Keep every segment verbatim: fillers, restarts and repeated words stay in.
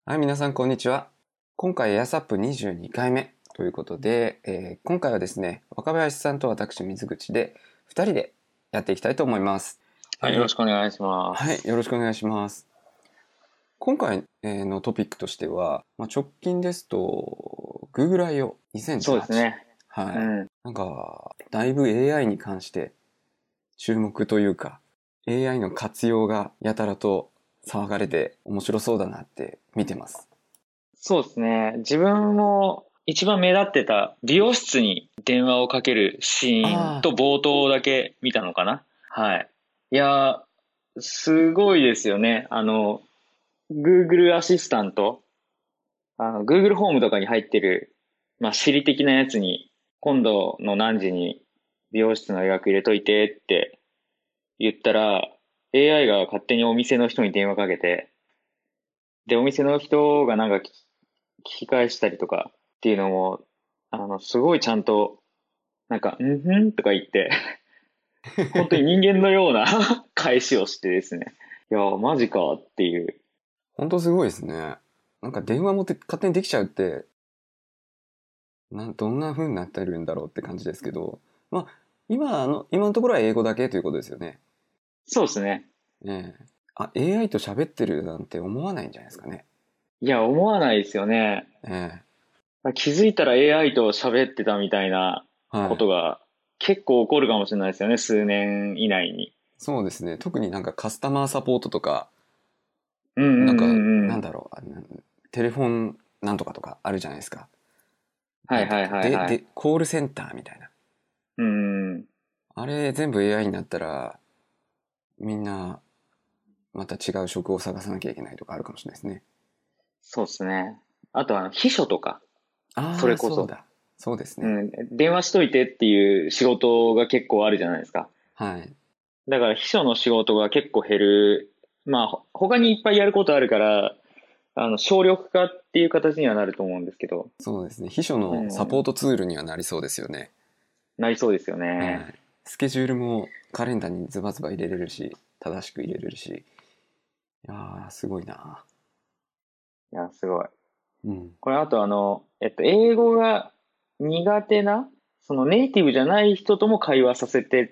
はい、皆さんこんにちは。今回エアサップにじゅうにかいめということで、えー今回はですね、若林さんと私水口でふたりでやっていきたいと思います。 はい、よろえーしくお願いしまはい、 す。 よろしくお願いします。今回えーのトピックとしては、まあ、直近ですと Google アイオーにせんじゅうはち。 そうですね。 はい。 うん。 なんか、だいぶ エーアイ に関して注目というか、エーアイ の活用がやたらと騒がれて面白そうだなって見てます。 そうですね。自分も一番目立ってた美容室に電話をかけるシーンあと冒頭だけ見たのかな。はい。いやー、すごいですよね。あの、Google アシスタント、あの、Google ホームとかに入ってる、まあ、シリ的なやつに、今度の何時に美容室の予約入れといてって言ったら、エーアイ が勝手にお店の人に電話かけて、で、お店の人がなんか聞き返したりとかっていうのも、あの、すごいちゃんと、なんか、うんふんとか言って、本当に人間のような返しをしてですね。いや、マジかっていう。 本当すごいですね。なんか電話もて勝手にできちゃうって、な、どんな風になってるんだろうって感じですけど、まあ、今、あの、今のところは英語だけということですよね。 そうですね。 ええ。あ、エーアイ と喋ってるなんて思わないんじゃないですかね。 いや、思わないですよね。 ええ。 気づいたら エーアイ と喋ってたみたいなはい。 ことが結構起こるかもしれないですよね。数年以内に。 そうですね。特になんかカスタマーサポートとか、 うんうんなんか、 うんうん。 なんだろう、あのテレフォンなんとかとかあるじゃないですか。 はいはいなんだっけ、で、で、 はいはい。 コールセンターみたいな。 うんうん。 あれ全部 エーアイ になったら、みんなまた違う職を探さなきゃいけないとかあるかもしれないですね。 そうですね。あとあの、秘書とか、そああ、 れこそ。 そうだ。そうですね。 うん、電話しといてっていう仕事が結構あるじゃないですか。 はい。 だから秘書の仕事が結構減る。まあ、ほ他にいっぱいやることあるから、あの、省力化っていう形にはなると思うんですけど、 そうですね。秘書うのサポーん、 トツールにはなりそうですよね。 なりそうですよね。 はい。スケジュールもカレンダーにズバズバ入れれるし、正しく入れれるし。いやー、すごいな。 いや、すごい。 うん。 これあとあの、えっと、英語が苦手な、そのネイティブじゃない人とも会話させてって、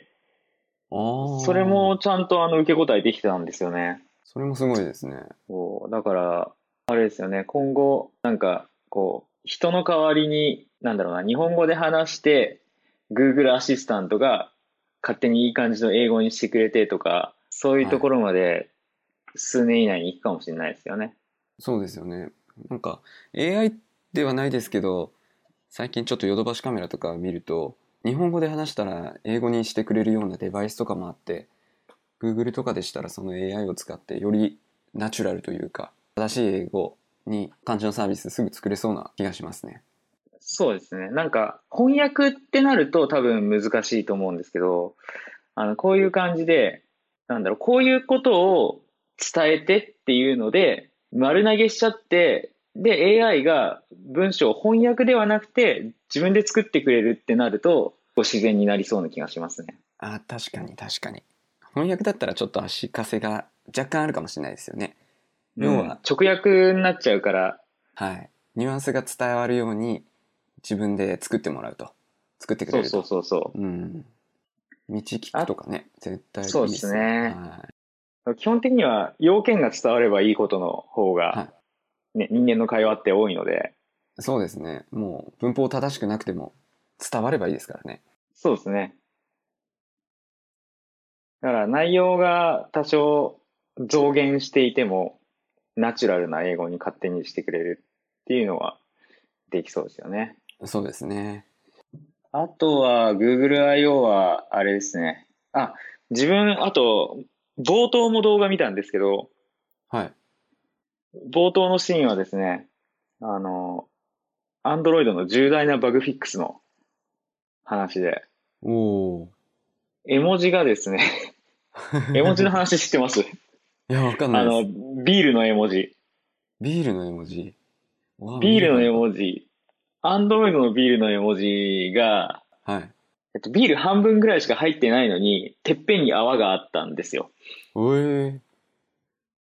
あそれもあ、 ちゃんとあの受け答えできてたんですよね。 それもすごいですね。 そう、だから、あれですよね、今後、なんか、こう、人の代わりに、なんだろうな、日本語で話して、Google アシスタントが勝手にいい感じの英語にしてくれてとか、そういうはい。 ところまで数年以内に行くかもしれないですよね。 そうですよね。なんか エーアイ ではないですけど、最近ちょっとヨドバシカメラとか見ると、日本語で話したら英語にしてくれるようなデバイスとかもあって、Google とかでしたらその エーアイ を使ってよりナチュラルというか正しい英語に漢字のサービスすぐ作れそうな気がしますね。 そうですね。なんか、翻訳ってなると多分難しいと思うんですけど、あの、こういう感じで、なんだろう、こういうことを伝えてっていうので、丸投げしちゃって、で、エーアイ が文章を翻訳ではなくて、自分で作ってくれるってなると、こう自然になりそうな気がしますね。 あ、確かに確かに。翻訳だったらちょっと足かせが若干あるかもしれないですよね。 うん。 要は、 直訳になっちゃうから、 はい。ニュアンスが伝わるように自分で作ってもらうと。作ってくれると。 そうそうそうそう。 うん。道聞くあ、 とかね、絶対そうですいいですね。 ね。 はい。 基本的には要件が伝わればいいことの方が、 はね、人間の会話って多いので、 い。そうですね。もう文法正しくなくても伝わればいいですからね。 そうですね。だから内容が多少増減していても、ナチュラルな英語に勝手にしてくれるっていうのはできそうですよね。 そうですね。 あとは Google アイオー はあれですね。あ、自分、あと、冒頭も動画見たんですけど、 はい。 冒頭のシーンはですね、あの、Android の重大なバグフィックスの話で、 おお。 絵文字がですね、絵文字の話知ってます？ いや、わかんなあの、 いです。 ビールの絵文字。 ビールの絵文字。わあ、見ビールの絵ればよかっ文字。Android のビールの絵文字が、 た。はい。 えっと、ビール半分ぐらいしか入ってないのに、てっぺんに泡があったんですよ。 おえ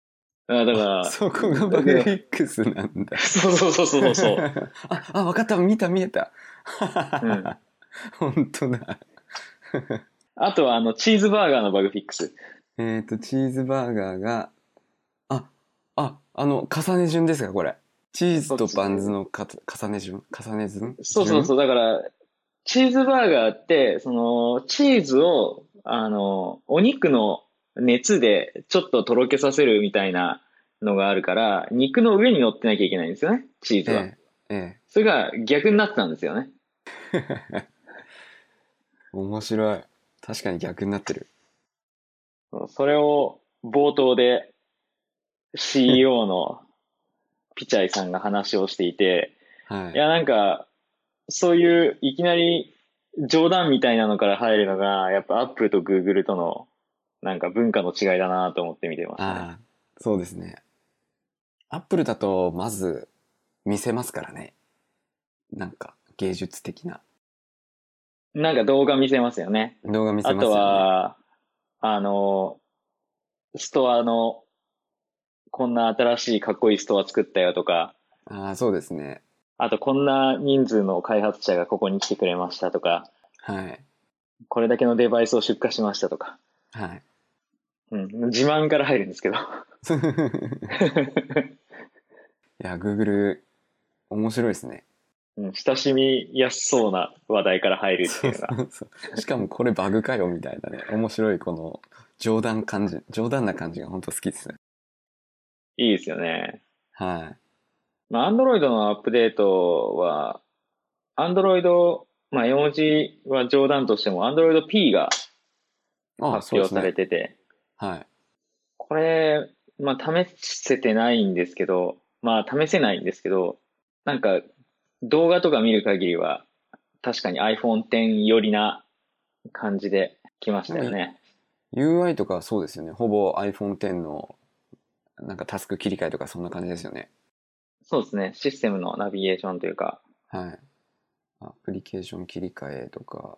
あ、だかあ、 ら、 そこがバグフィックスなんだ。 そうそうそうそうそあ、あ、わかった。見た見えた。 う。うん。 本当だ。 あとは、あの、チーズバーガーのバグフィックス。 えっと、チーズバーガーが、あ、あ、あの、重ね順ですか、これ。チーズそっち、 とバンズのか重ね順重ね順順そうそうそう。だから、チーズバーガーって、その、チーズを、あの、お肉の熱でちょっととろけさせるみたいなのがあるから、肉の上に乗ってなきゃいけないんですよね、チーズは。 ええ、えそれが逆になってたんですよね。 え。面白い。確かに逆になってる。 そうそれを冒頭で シーイーオー のピチャイさんが話をしていて、 はい。 いや、なんか、そういういきなり冗談みたいなのから入るのが、やっぱアップルとグーグルとのなんか文化の違いだなと思って見てましたね。 ああ、そうですね。アップルだと、まず、見せますからね。なんか、芸術的ななんか動画見せますよね。 動画見せあとますよね。 は、あの、ストアのこんな新しいかっこいいストア作ったよとか、 ああ、そうですね。 あとこんな人数の開発者がここに来てくれましたとか、 はい。 これだけのデバイスを出荷しましたとか、 はい。 うん、自慢から入るんですけど。 いや、Google、面白いですね。 うん、親しみやすそうな話題から入るってそういうのがそうそう。しかもこれバグかよみたいなね。面白いこの冗談感じ、冗談な感じが本当好きですね。 いいですよね。 はい。 まあ、Android のアップデートは、Android、まあ、絵文字は冗談としても Android P がああ、 発表されそうですね。 てて、 はい。 これ、まあ、試せてないんですけど、まあ、試せないんですけど、なんか、動画とか見る限りは、確かに iPhone X 寄りな感じで来ましなんかたよね。 ユーアイ とかそうですよね。ほぼ iPhone X のなんかタスク切り替えとかそんな感じですよね。 そうですね。システムのナビゲーションというか、 はい。アプリケーション切り替えとか。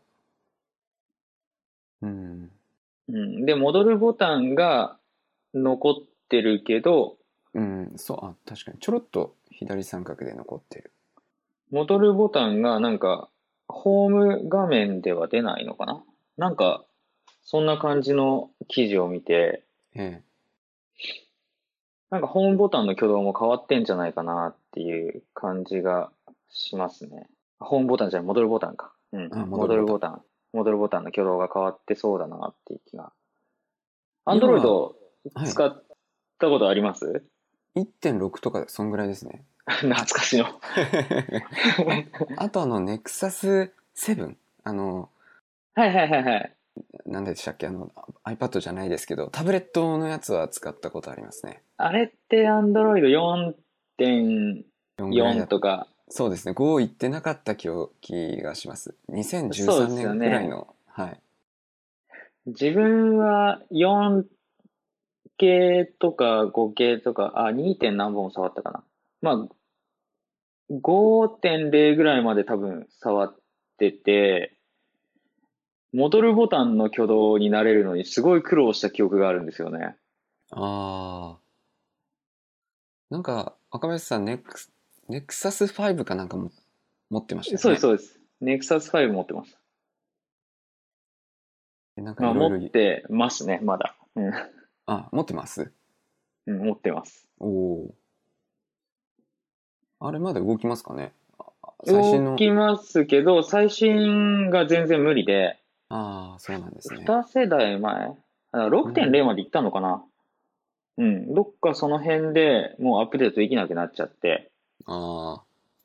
うん。 うん。で、戻るボタンが残ってるけど、 うん。そう、あ、確かに。ちょろっと左三角で残ってる。 戻るボタンがなんか、ホーム画面では出ないのかな。なんか、そんな感じの記事を見て、 ええ。 なんかホームボタンの挙動も変わってんじゃないかなっていう感じがしますね。ホームボタンじゃない、戻るボタンか。うん。 あ、戻るボタン。 戻るボタン。戻るボタンの挙動が変わってそうだなっていう気が。 今、 Android はい。 使ったことあります？ いってんろくとかそんぐらいですね。 懐あ、 かしいの。 あ、あとあの、ネクサスセブン。あの、 はいはいはいはい。 何でしたっけあの、iPad じゃないですけど、タブレットのやつは使ったことありますね。 あれって Android よんぐらいよんてんよんだ。 とか、 そうですね。ごいってなかった気を気がします。 そうですにせんじゅうさんねんくらいよね。 の、はい。 自分は よん系とかご系とか、あ、に. 点何本触ったかな。まあ、ごてんれいぐらいまで多分触ってて、戻るボタンの挙動になれるのにすごい苦労した記憶があるんですよね。 ああ。なんか、赤林さん、ネクス、ネクサスファイブかなんかも持ってましたよそうです、 ね。 そうです。ネクサスファイブ持ってます。 でなんかまあ、持いろいろ、 ってますね、まだ。うん、 あ、持ってます。 うん、持ってます。 おお。あれまだ動きますかね。あ、最新の、 動きますけど、最新が全然無理で、 ああ、そうなんですね。 に世代前あうん。 ろくてんれい まで行ったのかな。うん。どっかその辺でもうアップデートできなくなっちゃって。 あ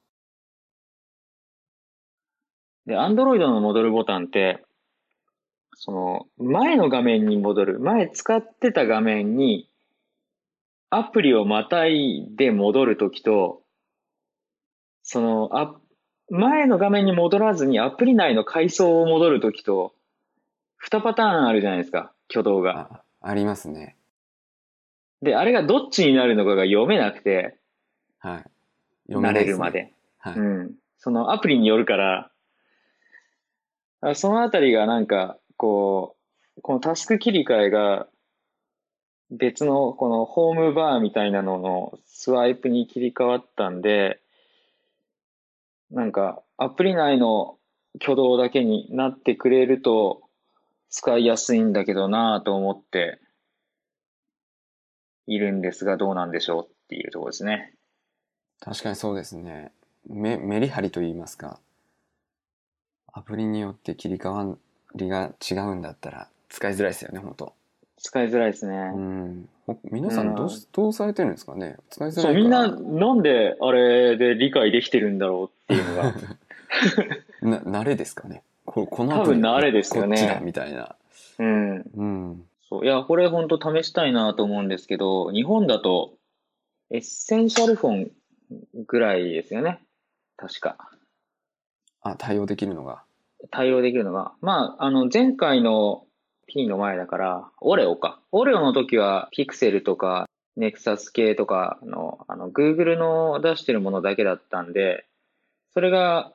で、Android の戻るボタンって、その、前の画面に戻る。前使ってた画面にアプリをまたいで戻るときと、その、あ、前の画面に戻らずにアプリ内の階層を戻るときと、にパターンあるじゃないですか。挙動あ、 が。 あ、ありますね。 で、あれがどっちになるのかが読めなくて、 はい。読め慣ないですね。 れるまで。 はい。 うん。そのアプリによるから、そのあたりがなんか、こう、このタスク切り替えが別のこのホームバーみたいなののスワイプに切り替わったんで、なんかアプリ内の挙動だけになってくれると使いやすいんだけどなぁと思っているんですが、どうなんでしょうっていうところですね。 確かにそうですね。メ、メリハリと言いますか、アプリによって切り替わりが違うんだったら使いづらいですよね、本当。 使いづらいですうね。 ん。ほ皆うさんどうし、 ん。 どうされてるんですかね。使いづそう、みんならいから、 なんであれで理解できてるんだろうっていうのが、 な、慣れですかね。こ、このア多プリはこ、 分慣れですこっちだ、 よね。 みたいな。 うん。 うん。 そう。いや、これ本当試したいなと思うんですけど、日本だとエッセンシャルフォンぐらいですよね。確か。 あ、対応できるのが。 対応できるのが。まあ、あの、前回の P の前だから、オレオか。オレオの時は、ピクセルとか、ネクサス系とかの、あの、Google の出してるものだけだったんで、それが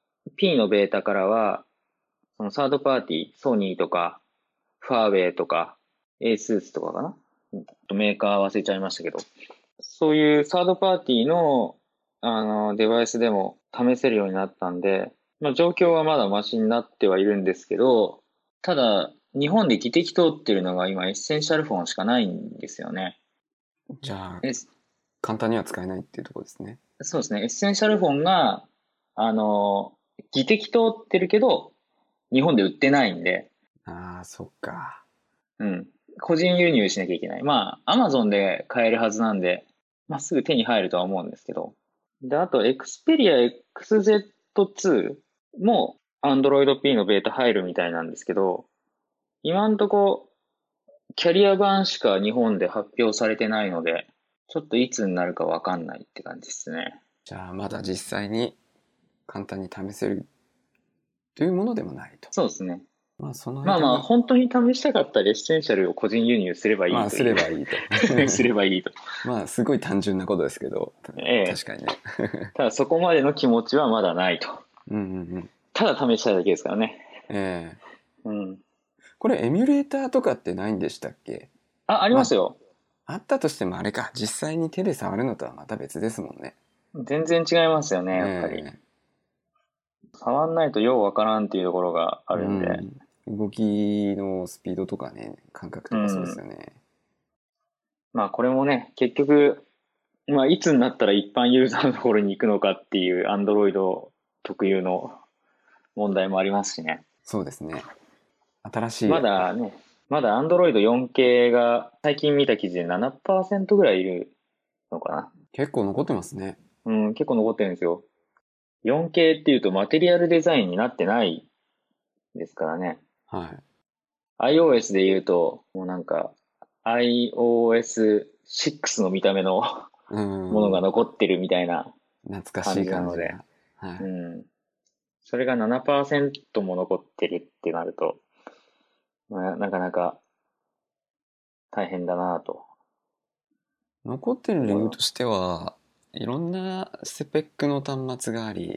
P のベータからは、そのサードパーティー、ソニーとか、ファーウェイとか、ASUS とかかな。メーカー忘れちゃいましたけど、そういうサードパーティーの、あの、デバイスでも試せるようになったんで、まあ、状況はまだマシになってはいるんですけど、ただ、日本で技的通ってるのが今エッセンシャルフォンしかないんですよね。 じゃあ、 え、 簡単には使えないっていうところですね。 そうですね。エッセンシャルフォンが、あの、技的通ってるけど、日本で売ってないんで、 ああ、そっか。 うん。個人輸入しなきゃいけない。まあ、アマゾンで買えるはずなんで、まあ、すぐ手に入るとは思うんですけど。で、あと、Xperia エックスゼットツー も Android P のベータ入るみたいなんですけど、今んとこ、キャリア版しか日本で発表されてないので、ちょっといつになるかわかんないって感じですね。 じゃあ、まだ実際に簡単に試せるというものでもないと。 そうですね。 まあ、そのまあまあ、 間に、 本当に試したかったらエッセンシャルを個人輸入すればいまあ、すいという。 ればいいと。 すればいいと。 まあ、すごい単純なことですけど、 ええ。 確かにね。 ただそこまでの気持ちはまだないと。 うんうんうん。 ただ試したいだけですからね。 ええ、 うん。 これエミュレーターとかってないんでしたっけ？ あ、ありまあ、 ますよ。 あったとしてもあれか、実際に手で触るのとはまた別ですもんね。 全然違いますよね、やっぱり。 ええ、 触んないとようわからんっていうところがあうるんで。 ん。動きのスピードとかね、感覚うとかそうですん。 よね。 まあこれもね、結局、まあいつになったら一般ユーザーのところに行くのかっていう Android 特有の問題もありますしね。 そうですね。新しい、 まだね、まだ Android よんケー が最近見た記事でななパーセントぐらいいるのかな。 結構残ってますね。 うん、結構残ってるんですよ。よんケー っていうとマテリアルデザインになってないですからね。 はい。 iOS で言うと、もうなんか アイオーエスシックス の見た目のうものがん。 残ってるみたいな感懐かしいじなので、 感じが。はい。 うん。それがななパーセントも残ってるってなると、まあ、なかなか大変だなと残ってる理思います。 由としては、いろんなスペックの端末があり、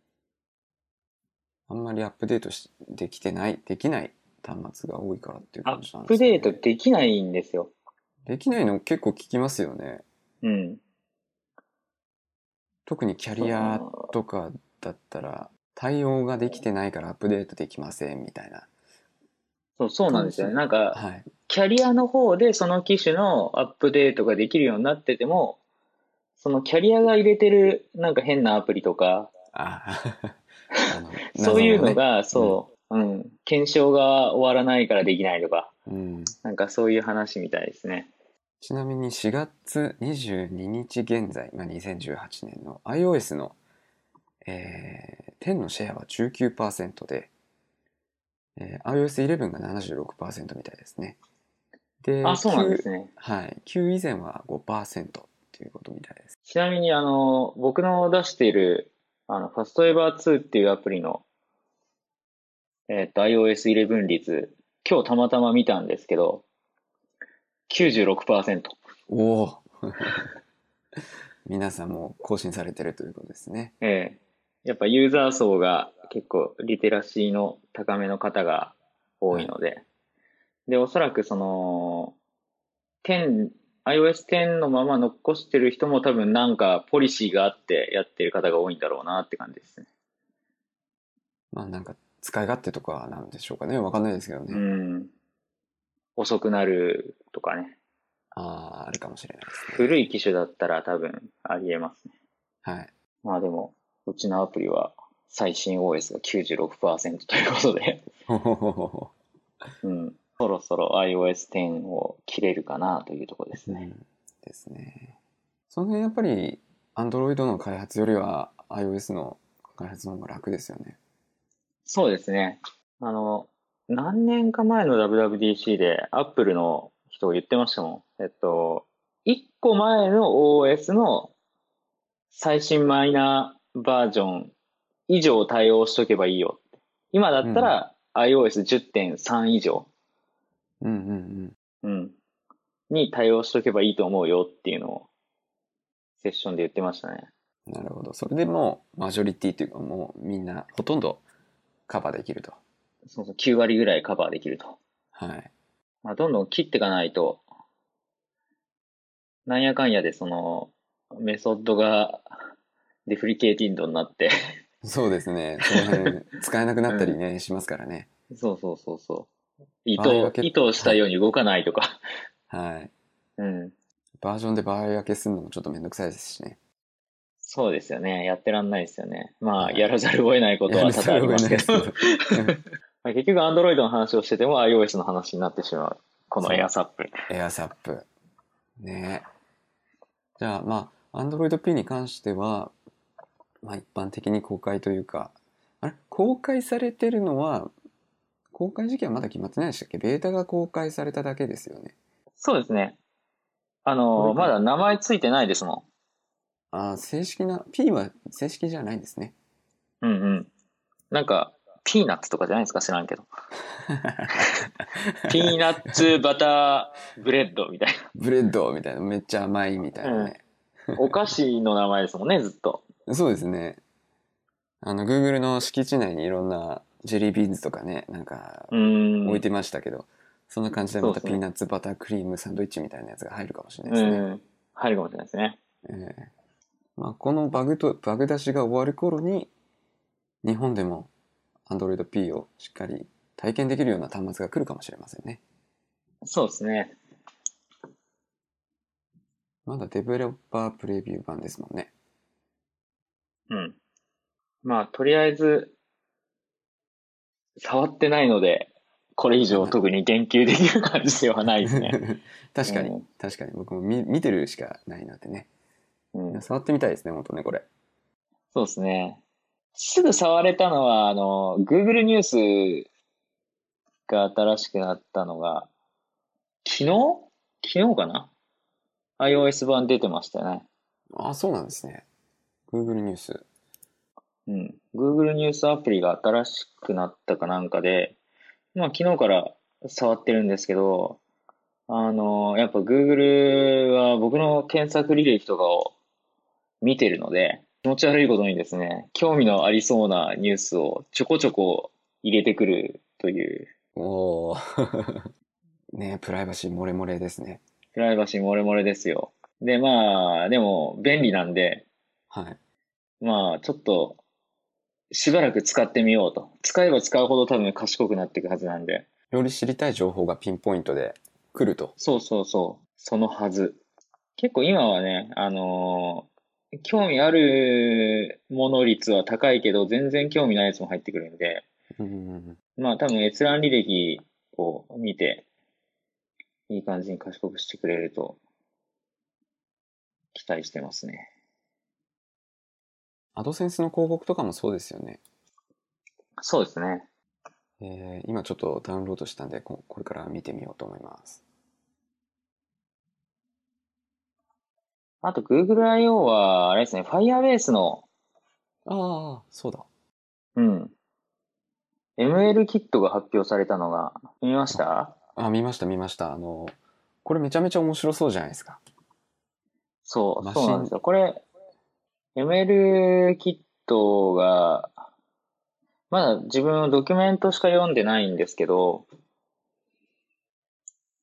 あんまりアップデートしできてない、できない端末が多いからっていうアッ感じなんでプデートすかね。 できないんですよ。 できないの結構聞きますよね。 うん。 特にキャそリアう、 とかだったら、対応ができてないからアップデートできませんみたいなそう、そうなんですよね。 感じ。 なんか、 はい。 キャリアの方でその機種のアップデートができるようになってても、そのキャリアが入れてるなんか変なアプリとか、 ああの、 そう謎のね。 いうのが、 うん。 そう、うん、検証が終わらないからできないとか、 うん。 なんかそういう話みたいですね。 ちなみにしがつにじゅうににち現在、まあ、にせんじゅうはちねんの iOS の、えー、じゅうのシェアはじゅうきゅうパーセントで、えー、iOS じゅういちがななじゅうろくパーセントみたいですね。 あ、 で、 そうなんですきゅう、 ね。 はい、きゅう以前はごパーセントっていうことみたいです。 ちなみに、あの、僕の出している、あの、ファストエバーツーっていうアプリの、えっと、iOS じゅういち率、今日たまたま見たんですけど、きゅうじゅうろくパーセント。 おお皆さんも更新されてるということですね。 ええ。やっぱユーザー層が結構リテラシーの高めの方が多はい。 いので、で、おそらくその、 テン、アイオーエステン のまま残してる人も多分なんかポリシーがあってやってる方が多いんだろうなって感じですね。 まあなんか使い勝手とかなんでしょうかね。わかんないですけどうね。 ん。遅くなるとかね。 ああ、あるかもしれないですね。 古い機種だったら多分ありえますね。 はい。 まあでも、うちのアプリは最新 オーエス がきゅうじゅうろくパーセントということで、 ほほほほほ。 うん。そろそろ アイオーエステン を切れるかなというところですね。 うん。ですね。その辺やっぱり Android の開発よりは iOS の開発の方が楽ですよね。 そうですね。あの、何年か前の ダブリューダブリューディーシー で Apple の人が言ってましたもん。えっと、いっこまえの オーエス の最新マイナーバージョン以上対応しとけばいいよ。今だうん。 ったら アイオーエスじゅってんさん 以上、 うんうんうん、に対応しとけばいいと思うよっていうのをセッションで言ってましたね。 うん。なるほど。それでもうマジョリティというかもうみんなほとんどカバーできると。 そうそう、きゅう割ぐらいカバーできると。 はい。 まあ、どんどん切っていかないと、なんやかんやでその、メソッドがデフリケーティンドになってそうですね。その辺使えなくなうん。 ったりね、しますからね。 そうそうそうそう。意図、 場合分け、 意図したはい。 ように動かないとかはい。 うん。 バージョンで場合分けするのもちょっとめんどくさいですしね。 そうですよね。やってらんないですよね。まあ、やはらざるを得ないこい。やとは多々あるざるを得りますけどないですけど。 まあ結局 Android の話をしてても iOS の話になってしまう。このそ AirSap。 う。エアサップ。ね。じゃあ、まあ、Android P に関しては、まあ一般的に公開というか、あれ公開されてるのは、公開時期はまだ決まってないでしたっけ？ベータが公開されただけですよね。 そうですね。あの、まこれから。 だ名前ついてないですもああ、正式な、P は正式じゃないんですね。 ん。うんうん。なんか、ピーナッツとかじゃないですか知らんけど。ピーナッツバターブレッドみたいブレッドみたいな、めっちゃ甘いみたいな。うん。 なね。 お菓子の名前ですもんね、ずっと。 そうですね。あの、Google の敷地内にいろんなジェリービーンズとかね、なんかうーん。 置いてましたけど、そんな感じでまたそうですね。 ピーナッツバタークリームサンドイッチみたいなやつが入るかもしれないですね。 うん。入るかもしれないですね。 えーまあ、このバグと、バグ出しが終わる頃に、日本でも Android P をしっかり体験できるような端末が来るかもしれませんね。 そうですね。 まだデベロッパープレビュー版ですもんね。 うん。まあ、とりあえず、触ってないので、これ以まだ上特に言及できる感じではないですね。 確かに、 うん。 確かに僕も見見てるしかないのでね。いやうん。 触ってみたいですね、本当ね、これ。 そうですね。すぐ触れたのは、あの、Google ニュースが新しくなったのが、昨日昨日かな？ iOS 版出てましたよね。 あ、そうなんですね。Google ニュース。 うん。Google ニュースアプリが新しくなったかなんかで、まあ昨日から触ってるんですけど、あの、やっぱ Google は僕の検索履歴とかを見てるので、気持ち悪いことにですね、興味のありそうなニュースをちょこちょこ入れてくるという、 おーね、プライバシー漏れ漏れですね。 プライバシー漏れ漏れですよ。で、まあ、でも便利なんで、 はい。 まあ、ちょっとしばらく使ってみようと。使えば使うほど多分賢くなっていくはずなんで。 より知りたい情報がピンポイントで来ると。 そうそうそう。そのはず。結構今はね、あのー興味あるもの率は高いけど、全然興味ないやつも入ってくるんで、 うん。 まあ多分閲覧履歴を見て、いい感じに賢くしてくれると期待してますね。 アドセンスの広告とかもそうですよね。 そうですね。 えー今ちょっとダウンロードしたんで、ここれから見てみようと思います。 あと Google アイオー は、あれですね、Firebase の、 ああ、そうだ。 うん、エムエル キットが発表されたのが、見ましあ、 た？ あ、見ました見ました。あの、これめちゃめちゃ面白そうじゃないですか。 そう、 マシン、 そうなんですよ。これ、エムエル キットが、まだ自分のドキュメントしか読んでないんですけど、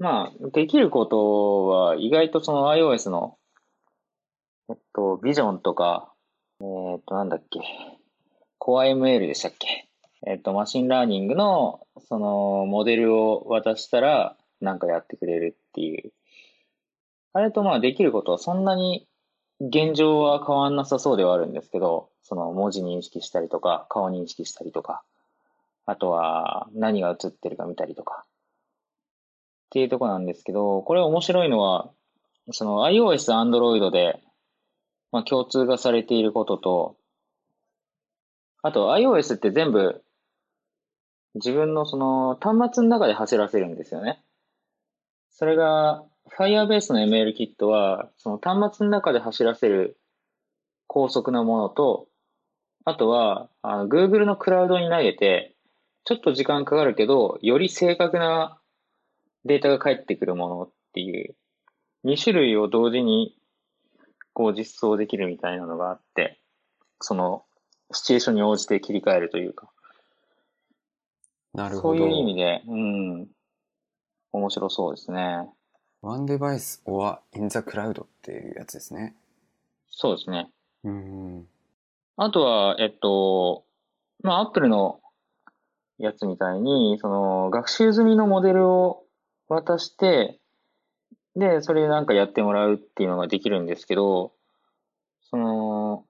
まあ、できることは意外とその iOS の、えっと、ビジョンとか、えっと、なんだっけ、CoreML でしたっけ。えっと、マシンラーニングの、その、モデルを渡したら、なんかやってくれるっていう。あれとまあ、できることはそんなに現状は変わんなさそうではあるんですけど、その文字認識したりとか、顔認識したりとか、あとは何が映ってるか見たりとか、っていうところなんですけど、これ面白いのは、その iOS、Android で、まあ、共通がされていることと、あと iOS って全部自分のその端末の中で走らせるんですよね。それが Firebase の エムエル キットは、その端末の中で走らせる高速なものと、あとはあの Google のクラウドに投げて、ちょっと時間かかるけど、より正確なデータが返ってくるものっていう、に種類を同時にこう実装できるみたいなのがあって、そのシチュエーションに応じて切り替えるというか、 なるそういう意ほど。 味で、うん、面白そうですね。 One device or in the cloud っていうやつですね。 そうですね。 うん。 あとは、えっと、まあ、アップルのやつみたいに、その、学習済みのモデルを渡して、で、それでなんかやってもらうっていうのができるんですけど、その、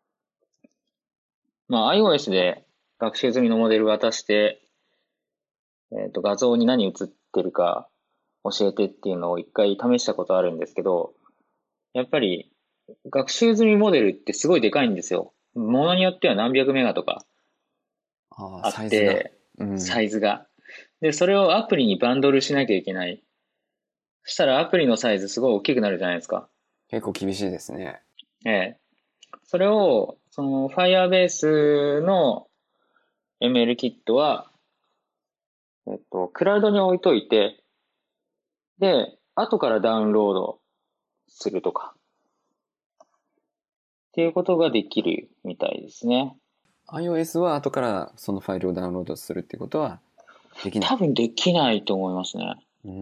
まあ、iOS で学習済みのモデル渡して、えっと、画像に何映ってるか教えてっていうのを一回試したことあるんですけど、やっぱり学習済みモデルってすごいでかいんですよ。ものによっては何百メガとかああ、 あっサイズが。 て、 うん。 サイズが。で、それをアプリにバンドルしなきゃいけない。そしたらアプリのサイズすごい大きくなるじゃないですか。 結構厳しいですね。 ええ。それを、その Firebase の エムエル キットは、えっと、クラウドに置いといて、で、後からダウンロードするとか、っていうことができるみたいですね。 iOS は後からそのファイルをダウンロードするってことはできない。 多分できないと思いますね。 うん。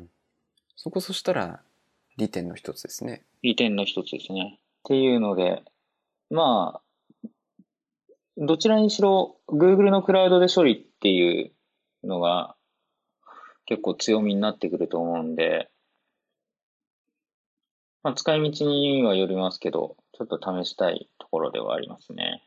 そこそしたら利点の一つですね。 利点の一つですね。っていうので、まあ、どちらにしろ Google のクラウドで処理っていうのが結構強みになってくると思うんで、まあ、使い道にはよりますけど、ちょっと試したいところではありますね。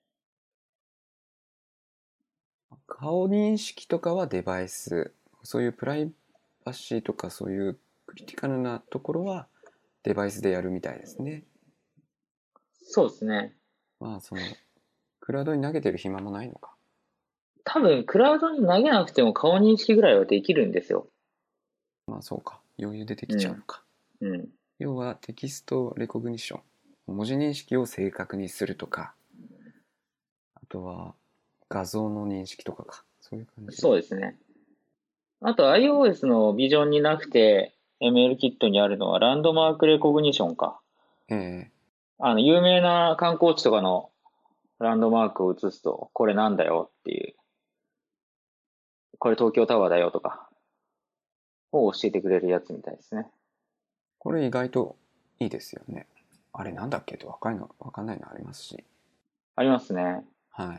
顔認識とかはデバイス、そういうプライバシーとかそういうクリティカルなところはデバイスでやるみたいですね。 そうですね。 まあそのクラウドに投げてる暇もないのか。 多分、クラウドに投げなくても顔認識ぐらいはできるんですよ。 まあそうか。余裕でできうん。 ちゃうのか。 うん。 要はテキストレコグニション。文字認識を正確にするとか、あとは画像の認識とかか。そういう感じ。 そうですね。あと iOS のビジョンになくて エムエル キットにあるのはランドマークレコグニションか。 ええ、 あの、有名な観光地とかのランドマークを映すと、これなんだよっていう、これ東京タワーだよとか、を教えてくれるやつみたいですね。 これ意外といいですよね。あれなんだっけってわかんないの、わかんないのありますし。 ありますね。 はい。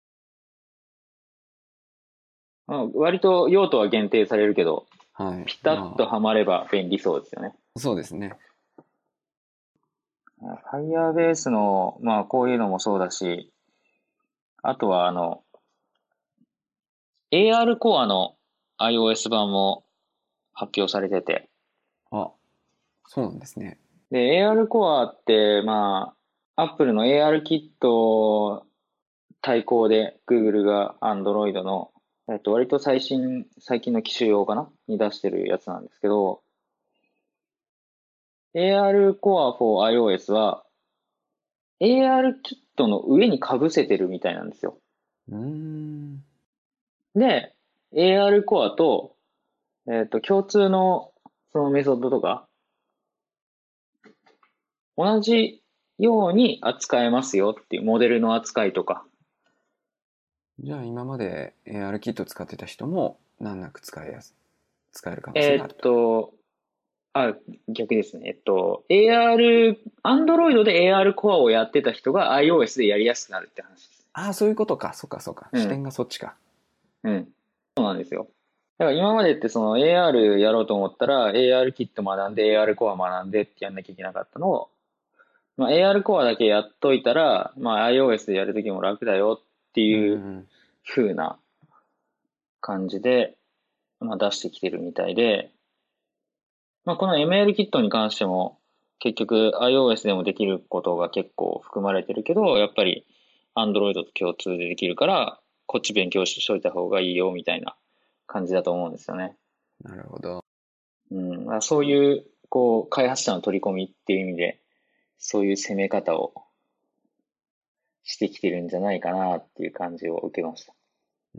まあ割と用途は限定されるけど、 はい。 ピタッとまはまれば便利そうですよね。 あ、そうですね。 Firebase の、まあこういうのもそうだし、あとはあの、エーアール コアの iOS 版も発表されてて、 あ、そうなんですね。 で、エーアール コアって、まあ、Apple の エーアール キット対抗で Google が Android の、えっと、割と最新、最近の機種用かなに出してるやつなんですけど、エーアール Core for iOS は エーアール キットの上に被せてるみたいなんですよ。 うーん。 で、エーアール Core と、えっと、共通のそのメソッドとか、同じように扱えますよっていうモデルの扱いとか。 じゃあ今まで エーアール キット使ってた人も難なく使いやす使える可能性えーっがあると。 と、あ、逆ですね。えっと、エーアール、Android で エーアール コアをやってた人が iOS でやりやすくなるって話です。 ああ、そういうことか。そっかそっか。 うん。 視点がそっちか。 うん。そうなんですよ。だから今までってその エーアール やろうと思ったら エーアール キット学んで エーアール コア学んでってやんなきゃいけなかったのを、まあ、エーアール コアだけやっといたら、まあ、iOS でやるときも楽だよってうんういうんうん。 風な感じで、まあ、出してきてるみたいで、まあ、この エムエル キットに関しても結局 iOS でもできることが結構含まれてるけど、やっぱり Android と共通でできるから、こっち勉強しといた方がいいよみたいな感じだと思うんですよね。 なるほど。 うん、まあ、そういう、こう、開発者の取り込みっていう意味で、そういう攻め方をしてきてるんじゃないかなっていう感じを受けました。 うん。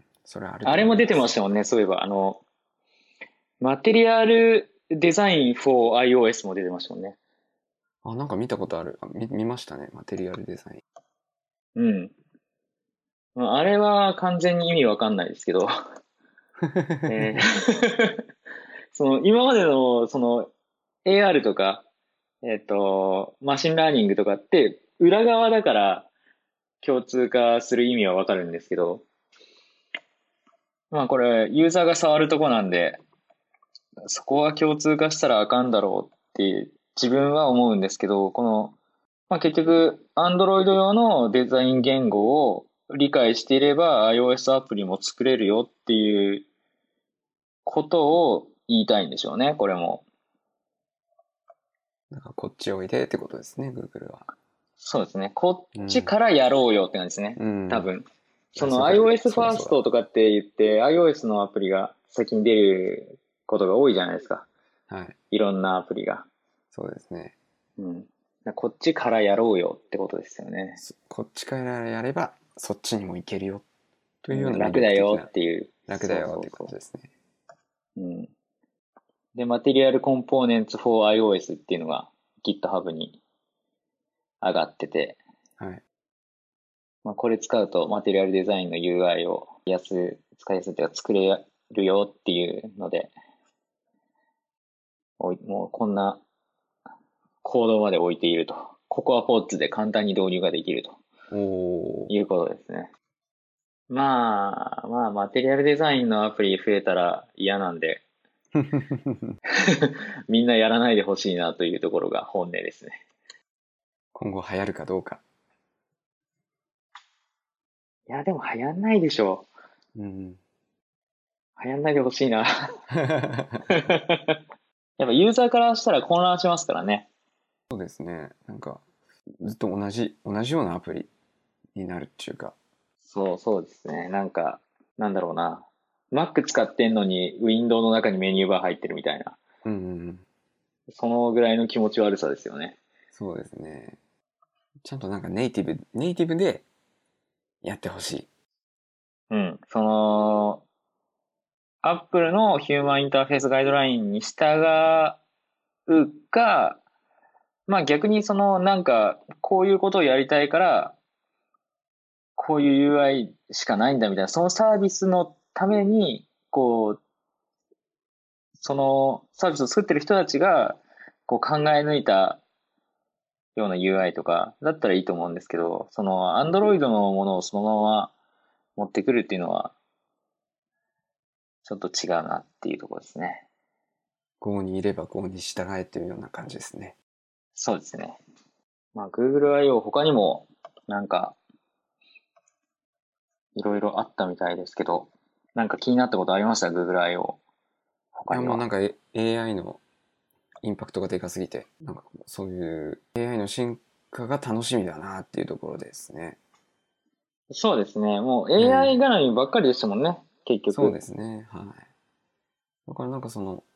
それはあるとあれも出思います。 てましたもんね、そういえば。あの、マテリアルデザイン for iOS も出てましたもんね。 あ、なんか見たことある。あ見、見ましたね。マテリアルデザイうん。まああれは完全に意味わかんないですけど、えーン。 その今までのその エーアール とか、えっと、マシンラーニングとかって裏側だから共通化する意味はわかるんですけど、まあこれユーザーが触るとこなんで、そこは共通化したらあかんだろうって自分は思うんですけど、この、まあ結局 Android 用のデザイン言語を理解していれば iOS アプリも作れるよっていうことを言いたいんでしょうね、これも。 なんかこっちおいでってことですね、Google は。 そうですね。こっちうん。 からやろうよって感じですね。 うん。 多分。そあ、 のそういうことか。 iOS ファースそうだそうだ。 トとかって言って iOS のアプリが先に出ることが多いじゃないですか。 はい。 いろんなアプリが。 そうですね。 うん。こっちからやろうよってことですよね。 こっちからやれば、そっちにも行けるよ。というよううん、 な魅楽だよ力的な、 っていう。 楽だそうよっていう感じそうそですね。 う。うん。で、Material Components for iOS っていうのが GitHub に上がってて、 はい。 まあ、これ使うとマテリアルデザインの ユーアイ を安、使いやすいというか作れるよっていうので、おいもうこんなコードまで置いていると。ココアポッツで簡単に導入ができるとおー。 いうことですね。まあ、まあ、マテリアルデザインのアプリ増えたら嫌なんで、みんなやらないでほしいなというところが本音ですね。 今後流行るかどうか。 いや、でも流行んないでしょうん。 う。流行んないでほしいな。やっぱユーザーからしたら混乱しますからね。 そうですね。なんか、ずっと同じ、同じようなアプリになるっていうか。 そうそうですね。なんか、なんだろうな。Mac 使ってんのに Windows の中にメニューバー入ってるみたいな。 うんうんうん。 そのぐらいの気持ち悪さですよね。 そうですね。ちゃんとなんかネイティブ、ネイティブでやってほしい。 うん。その、Apple のヒューマンインターフェースガイドラインに従うか、まあ逆にそのなんかこういうことをやりたいからこういう ユーアイ しかないんだみたいな、そのサービスのためにこう、そのサービスを作ってる人たちがこう考え抜いたような ユーアイ とかだったらいいと思うんですけど、その Android のものをそのまま持ってくるっていうのはちょっと違うなっていうところですね。 郷にいれば郷に従えというような感じですね。 そうですね。まあ Google アイオー 他にもなんかいろいろあったみたいですけど、なんか気になったことありました ?Google アイオーいや、 他には。 もうなんか エーアイ のインパクトがでかすぎて、なんかそういう エーアイ の進化が楽しみだなっていうところですね。 そうですね。もうえエーアイえ、 絡みばっかりでしたもんね。結そう局。 ですね。はい。だからなんかその、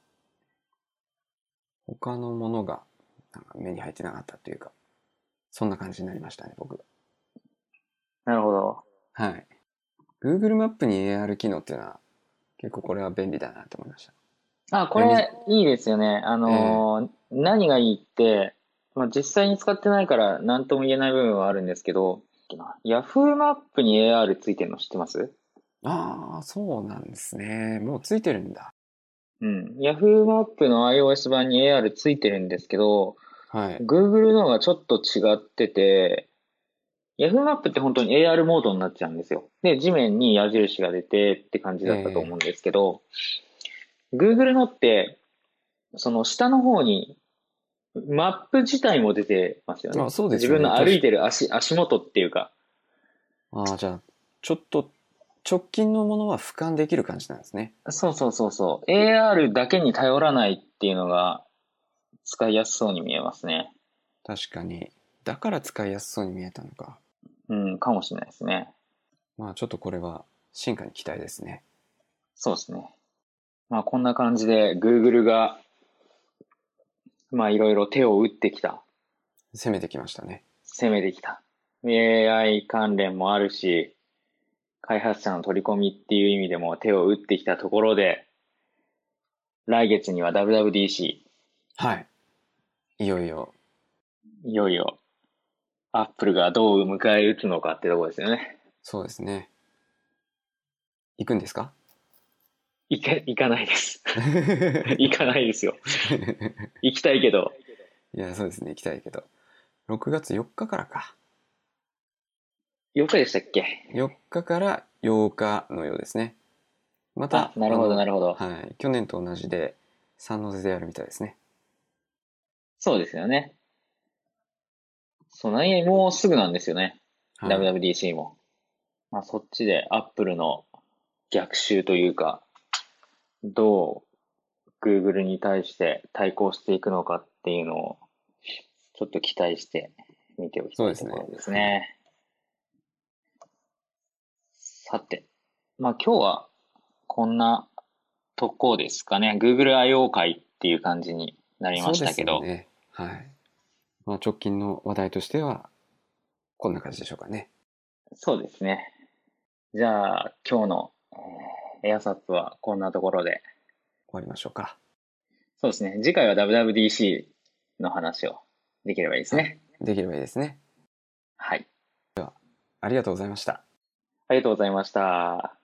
他のものがなんか目に入ってなかったというか、そんな感じになりましたね、僕。 なるほど。 はい。Google マップに エーアール 機能っていうのは、結構これは便利だなと思いました。 あ、こ便利、 れいいですよね。あええ、 のー何がいいって、まあ、実際に使ってないから何とも言えない部分はあるんですけど、Yahoo マップに エーアール ついてるの知ってます？ ああ、そうなんですね。もうついてるんだ。 うん。Yahoo マップの iOS 版に エーアール ついてるんですけど、 はい。 Google のがちょっと違ってて、Yahoo マップって本当に エーアール モードになっちゃうんですよ。で、地面に矢印が出てって感じだったと思うんえですけど、Google のって、その下の方にマップ自体も出てますよー、 ね。 あ、そうです自よね。確か、 分の歩いてる足、足元っていうか。 ああ、じゃあ、ちょっと直近のものは俯瞰できる感じなんですね。 そうそうそうそう。エーアール だけに頼らないっていうのが使いやすそうに見えますね。 確かに。だから使いやすそうに見えたのか。 うん、かもしれないですね。 まあちょっとこれは進化に期待ですね。 そうですね。まあこんな感じで Google が、まあいろいろ手を打ってきた。 攻めてきましたね。 攻めてきた。エーアイ 関連もあるし、開発者の取り込みっていう意味でも手を打ってきたところで、来月には ダブリューダブリューディーシはい。いよいよ。 ー、いよいよ Apple がどう迎え撃つのかってところですよね。 そうですね。行くんですか？ 行け、行かないです。行かないですよ。行きたいけど、 いや、そうですね。行きたいけど。ろくがつよっかかからか。 よっかでしたっけ？ よっかかからようかのようですね。まあ、 た、 なるほど、なあの、 るほど。 はい。去年と同じで、三ノ瀬でやるみたいですね。 そうですよね。そう、何気にもうすぐなんですよね。 はい。 ダブリューダブリューディーシー も。まあ、そっちで Apple の逆襲というか、どう Google に対して対抗していくのかっていうのを、ちょっと期待して見ておきたいそうですね。 ところですはい。 ね。さて、まあ今日はこんなとこですかね。Google アイオー 会っていう感じになりまそうでしたけど。 すね。はい。まあ、直近の話題としては、こんな感じでしょうかね。 そうですね。じゃあ今日の、えーエアサップはこんなところで。 終わりましょうか。 そうですね。次回は ダブリューダブリューディーシー の話をできればいいですはい。 ね。 できればいいですね。 はい。 ありがとうございました。 ありがとうございました。